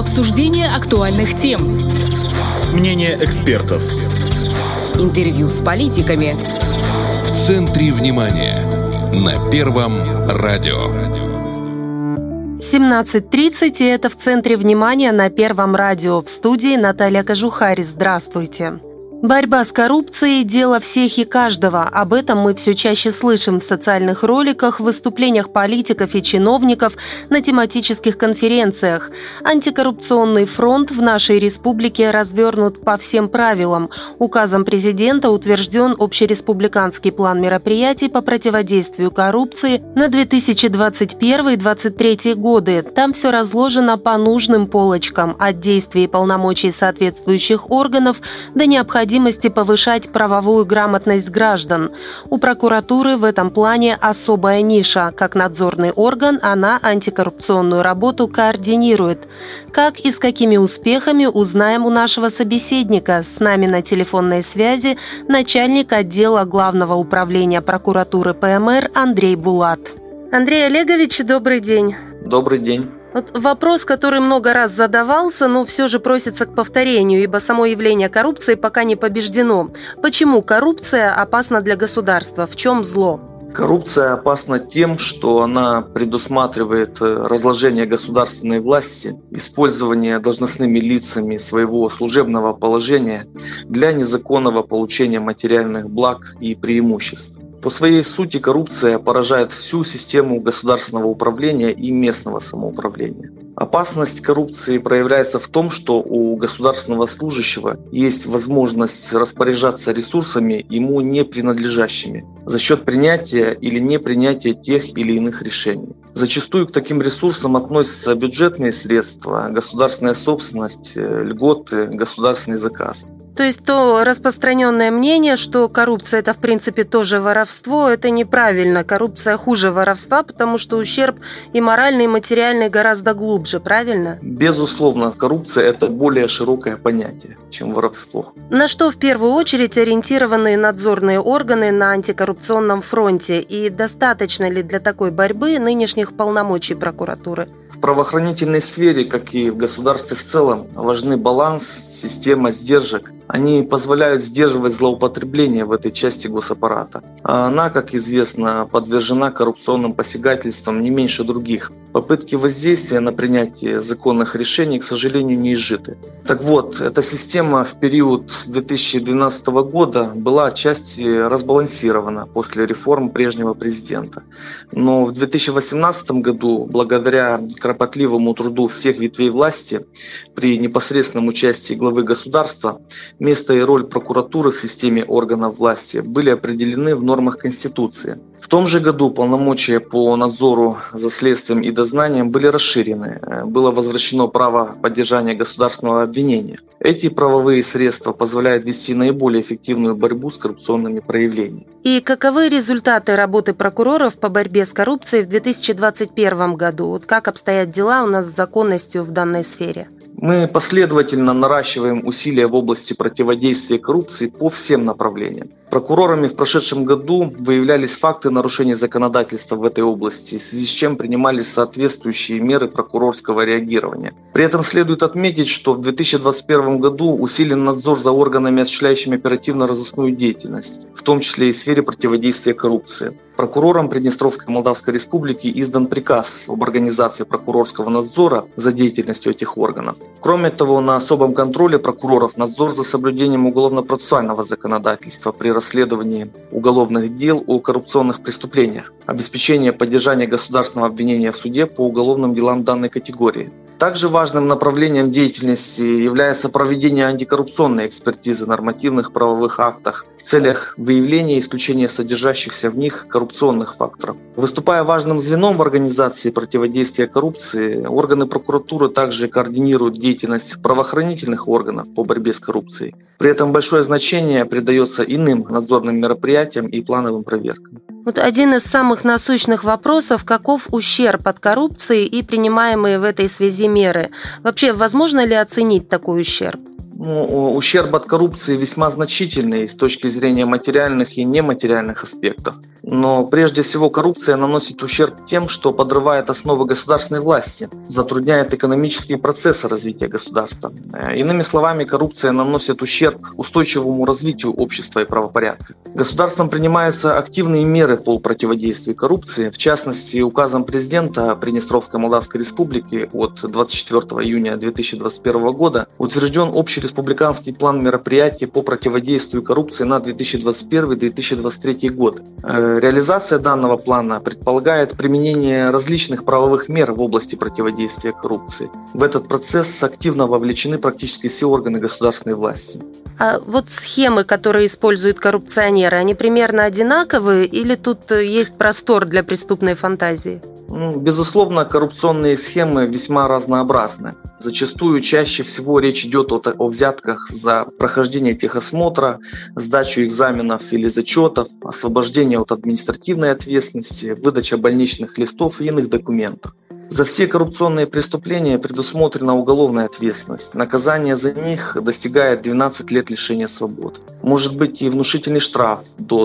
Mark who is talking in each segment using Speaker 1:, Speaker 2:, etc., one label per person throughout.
Speaker 1: Обсуждение актуальных тем.
Speaker 2: Мнение экспертов.
Speaker 3: Интервью с политиками.
Speaker 4: В центре внимания. На Первом радио.
Speaker 5: 17:30, и это «В центре внимания» на Первом радио. В студии Наталья Кожухарь. Здравствуйте. Борьба с коррупцией – дело всех и каждого. Об этом мы все чаще слышим в социальных роликах, в выступлениях политиков и чиновников, на тематических конференциях. Антикоррупционный фронт в нашей республике развернут по всем правилам. Указом президента утвержден общереспубликанский план мероприятий по противодействию коррупции на 2021-2023 годы. Там все разложено по нужным полочкам, от действий и полномочий соответствующих органов до необходимости повышать правовую грамотность граждан. У прокуратуры в этом плане особая ниша. Как надзорный орган, она антикоррупционную работу координирует. Как и с какими успехами, узнаем у нашего собеседника. С нами на телефонной связи начальник отдела Главного управления прокуратуры ПМР Андрей Булат. Андрей Олегович, добрый день.
Speaker 6: Добрый день.
Speaker 5: Вот вопрос, который много раз задавался, но все же просится к повторению, ибо само явление коррупции пока не побеждено. Почему коррупция опасна для государства? В чем зло?
Speaker 6: Коррупция опасна тем, что она предусматривает разложение государственной власти, использование должностными лицами своего служебного положения для незаконного получения материальных благ и преимуществ. По своей сути коррупция поражает всю систему государственного управления и местного самоуправления. Опасность коррупции проявляется в том, что у государственного служащего есть возможность распоряжаться ресурсами ему не принадлежащими за счет принятия или непринятия тех или иных решений. Зачастую к таким ресурсам относятся бюджетные средства, государственная собственность, льготы, государственный заказ.
Speaker 5: То есть то распространенное мнение, что коррупция – это в принципе тоже воровство, это неправильно. Коррупция хуже воровства, потому что ущерб и моральный, и материальный гораздо глубже, правильно?
Speaker 6: Безусловно, коррупция – это более широкое понятие, чем воровство.
Speaker 5: На что в первую очередь ориентированы надзорные органы на антикоррупционном фронте? И достаточно ли для такой борьбы нынешних полномочий прокуратуры?
Speaker 6: В правоохранительной сфере, как и в государстве в целом, важны баланс, система сдержек. Они позволяют сдерживать злоупотребление в этой части госаппарата. А она, как известно, подвержена коррупционным посягательствам не меньше других. Попытки воздействия на принятие законных решений, к сожалению, не изжиты. Так вот, эта система в период с 2012 года была отчасти разбалансирована после реформ прежнего президента. Но в 2018 году, благодаря кропотливому труду всех ветвей власти, при непосредственном участии главы государства, место и роль прокуратуры в системе органов власти были определены в нормах Конституции. В том же году полномочия по надзору за следствием и дознанием были расширены. Было возвращено право поддержания государственного обвинения. Эти правовые средства позволяют вести наиболее эффективную борьбу с коррупционными проявлениями.
Speaker 5: И каковы результаты работы прокуроров по борьбе с коррупцией в 2021 году? Вот как обстоят дела у нас с законностью в данной сфере?
Speaker 6: Мы последовательно наращиваем усилия в области противодействия коррупции по всем направлениям. Прокурорами в прошедшем году выявлялись факты нарушений законодательства в этой области, в связи с чем принимались соответствующие меры прокурорского реагирования. При этом следует отметить, что в 2021 году усилен надзор за органами, осуществляющими оперативно-розыскную деятельность, в том числе и в сфере противодействия коррупции. Прокурорам Приднестровской Молдавской Республики издан приказ об организации прокурорского надзора за деятельностью этих органов. Кроме того, на особом контроле прокуроров надзор за соблюдением уголовно-процессуального законодательства при расследовании уголовных дел о коррупционных преступлениях, обеспечение поддержания государственного обвинения в суде по уголовным делам данной категории. Также важным направлением деятельности является проведение антикоррупционной экспертизы нормативных правовых актов в целях выявления и исключения содержащихся в них коррупционных факторов. Выступая важным звеном в организации противодействия коррупции, органы прокуратуры также координируют деятельность правоохранительных органов по борьбе с коррупцией. При этом большое значение придается иным надзорным мероприятиям и плановым проверкам.
Speaker 5: Вот один из самых насущных вопросов – каков ущерб от коррупции и принимаемые в этой связи меры? Вообще, возможно ли оценить такой ущерб?
Speaker 6: Ущерб от коррупции весьма значительный с точки зрения материальных и нематериальных аспектов. Но прежде всего коррупция наносит ущерб тем, что подрывает основы государственной власти, затрудняет экономические процессы развития государства. Иными словами, коррупция наносит ущерб устойчивому развитию общества и правопорядка. Государством принимаются активные меры по противодействию коррупции. В частности, указом президента Приднестровской Молдавской Республики от 24 июня 2021 года утвержден общий республиканский план мероприятий по противодействию коррупции на 2021-2023 годы. Реализация данного плана предполагает применение различных правовых мер в области противодействия коррупции. В этот процесс активно вовлечены практически все органы государственной власти.
Speaker 5: А вот схемы, которые используют коррупционеры, они примерно одинаковые или тут есть простор для преступной фантазии?
Speaker 6: Безусловно, коррупционные схемы весьма разнообразны. Зачастую чаще всего речь идет о взятках за прохождение техосмотра, сдачу экзаменов или зачетов, освобождение от административной ответственности, выдача больничных листов и иных документов. За все коррупционные преступления предусмотрена уголовная ответственность. Наказание за них достигает 12 лет лишения свободы. Может быть и внушительный штраф до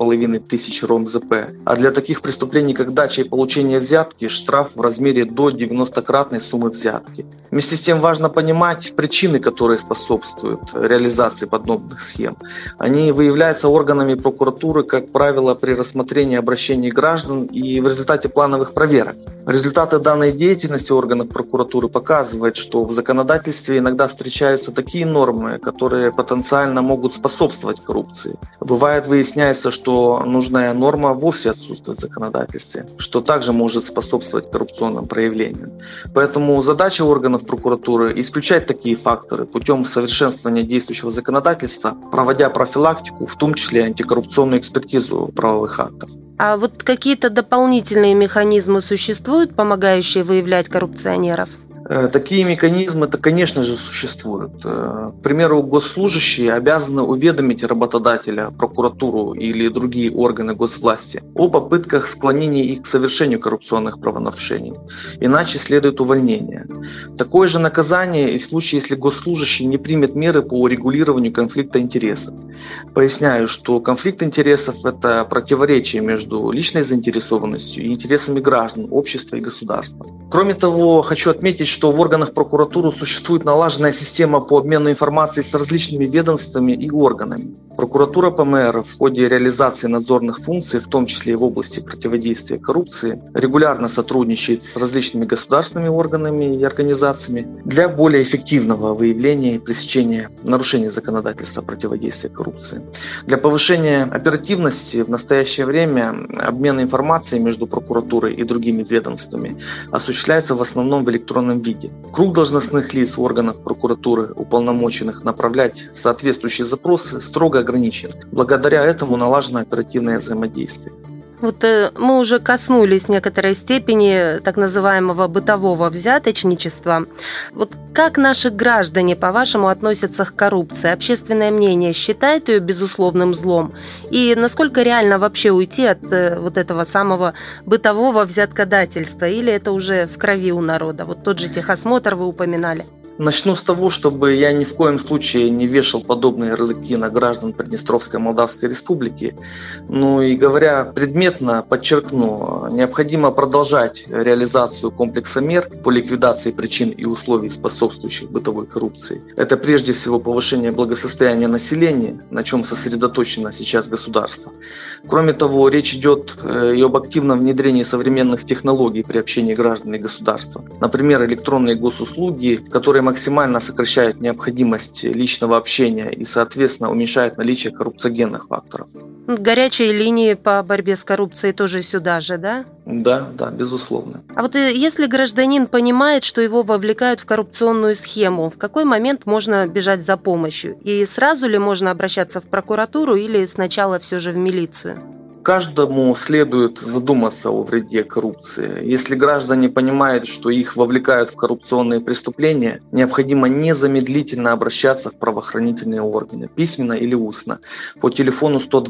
Speaker 6: 3500 РОНЗП. А для таких преступлений, как дача и получение взятки, штраф в размере до 90-кратной суммы взятки. Вместе с тем важно понимать причины, которые способствуют реализации подобных схем. Они выявляются органами прокуратуры, как правило, при рассмотрении обращений граждан и в результате плановых проверок. Результаты данной деятельности органов прокуратуры показывают, что в законодательстве иногда встречаются такие нормы, которые потенциально могут способствовать коррупции. Бывает, выясняется, что нужная норма вовсе отсутствует в законодательстве, что также может способствовать коррупционным проявлениям. Поэтому задача органов прокуратуры исключать такие факторы путем совершенствования действующего законодательства, проводя профилактику, в том числе антикоррупционную экспертизу правовых актов.
Speaker 5: А вот какие-то дополнительные механизмы существуют, помогающие выявлять коррупционеров?
Speaker 6: Такие механизмы, конечно же, существуют. К примеру, госслужащие обязаны уведомить работодателя, прокуратуру или другие органы госвласти о попытках склонения их к совершению коррупционных правонарушений. Иначе следует увольнение. Такое же наказание и в случае, если госслужащий не примет меры по урегулированию конфликта интересов. Поясняю, что конфликт интересов – это противоречие между личной заинтересованностью и интересами граждан, общества и государства. Кроме того, хочу отметить, что в органах прокуратуры существует налаженная система по обмену информацией с различными ведомствами и органами. Прокуратура ПМР в ходе реализации надзорных функций, в том числе и в области противодействия коррупции, регулярно сотрудничает с различными государственными органами и организациями для более эффективного выявления и пресечения нарушений законодательства противодействия коррупции. Для повышения оперативности в настоящее время обмен информацией между прокуратурой и другими ведомствами осуществляется в основном в электронном виде. Круг должностных лиц органов прокуратуры, уполномоченных направлять соответствующие запросы, строго ограничен. Благодаря этому налажено оперативное взаимодействие.
Speaker 5: Вот мы уже коснулись некоторой степени так называемого бытового взяточничества. Вот как наши граждане, по-вашему, относятся к коррупции? Общественное мнение считает ее безусловным злом? И насколько реально вообще уйти от вот этого самого бытового взяткодательства? Или это уже в крови у народа? Вот тот же техосмотр вы упоминали.
Speaker 6: Начну с того, чтобы я ни в коем случае не вешал подобные ярлыки на граждан Приднестровской Молдавской Республики. Ну и говоря предметно, подчеркну, необходимо продолжать реализацию комплекса мер по ликвидации причин и условий, способствующих бытовой коррупции. Это прежде всего повышение благосостояния населения, на чем сосредоточено сейчас государство. Кроме того, речь идет и об активном внедрении современных технологий при общении граждан и государства. Например, электронные госуслуги, которые максимально сокращают необходимость личного общения и, соответственно, уменьшают наличие коррупциогенных факторов.
Speaker 5: Горячие линии по борьбе с коррупцией тоже сюда же, да?
Speaker 6: Да, безусловно.
Speaker 5: А вот если гражданин понимает, что его вовлекают в коррупционную схему, в какой момент можно бежать за помощью? И сразу ли можно обращаться в прокуратуру или сначала все же в милицию?
Speaker 6: Каждому следует задуматься о вреде коррупции. Если граждане понимают, что их вовлекают в коррупционные преступления, необходимо незамедлительно обращаться в правоохранительные органы, письменно или устно, по телефону 102.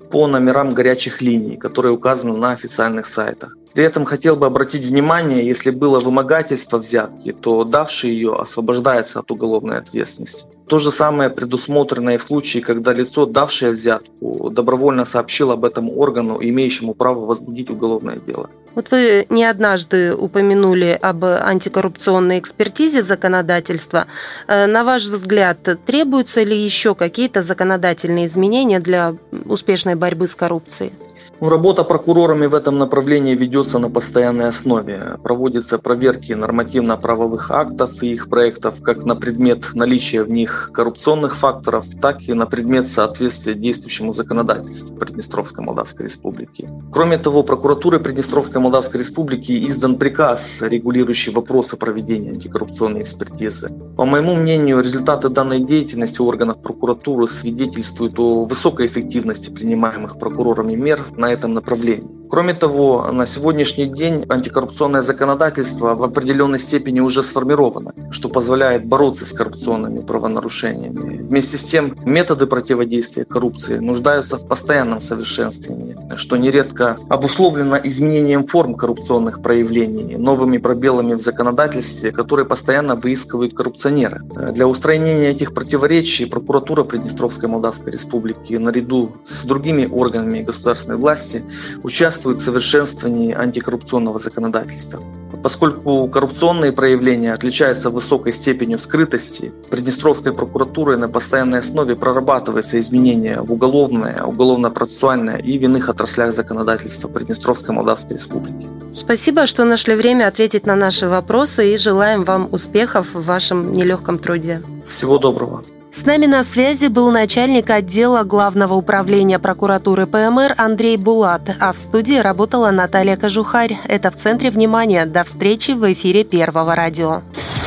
Speaker 6: по номерам горячих линий, которые указаны на официальных сайтах. При этом хотел бы обратить внимание, если было вымогательство взятки, то давший ее освобождается от уголовной ответственности. То же самое предусмотрено и в случае, когда лицо, давшее взятку, добровольно сообщило об этом органу, имеющему право возбудить уголовное дело.
Speaker 5: Вот вы не однажды упомянули об антикоррупционной экспертизе законодательства. На ваш взгляд, требуются ли еще какие-то законодательные изменения для успешной борьбы с коррупцией?
Speaker 6: Работа прокурорами в этом направлении ведется на постоянной основе. Проводятся проверки нормативно-правовых актов и их проектов как на предмет наличия в них коррупционных факторов, так и на предмет соответствия действующему законодательству Приднестровской Молдавской Республики. Кроме того, прокуратурой Приднестровской Молдавской Республики издан приказ, регулирующий вопросы проведения антикоррупционной экспертизы. По моему мнению, результаты данной деятельности органов прокуратуры свидетельствуют о высокой эффективности принимаемых прокурорами мер на этом направлении. Кроме того, на сегодняшний день антикоррупционное законодательство в определенной степени уже сформировано, что позволяет бороться с коррупционными правонарушениями. Вместе с тем, методы противодействия коррупции нуждаются в постоянном совершенствовании, что нередко обусловлено изменением форм коррупционных проявлений, новыми пробелами в законодательстве, которые постоянно выискивают коррупционеры. Для устранения этих противоречий прокуратура Приднестровской Молдавской Республики наряду с другими органами государственной власти участвует в совершенствовании антикоррупционного законодательства. Поскольку коррупционные проявления отличаются высокой степенью скрытости, Приднестровской прокуратурой на постоянной основе прорабатываются изменения в уголовное, уголовно-процессуальное и в иных отраслях законодательства Приднестровской Молдавской Республики.
Speaker 5: Спасибо, что нашли время ответить на наши вопросы, и желаем вам успехов в вашем нелегком труде.
Speaker 6: Всего доброго.
Speaker 5: С нами на связи был начальник отдела Главного управления прокуратуры ПМР Андрей Булат, а в студии работала Наталья Кожухарь. Это «В центре внимания». До встречи в эфире Первого радио.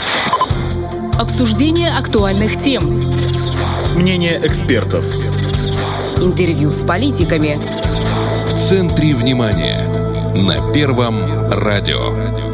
Speaker 1: Обсуждение актуальных тем.
Speaker 2: Мнение экспертов.
Speaker 3: Интервью с политиками.
Speaker 4: В центре внимания. На Первом радио.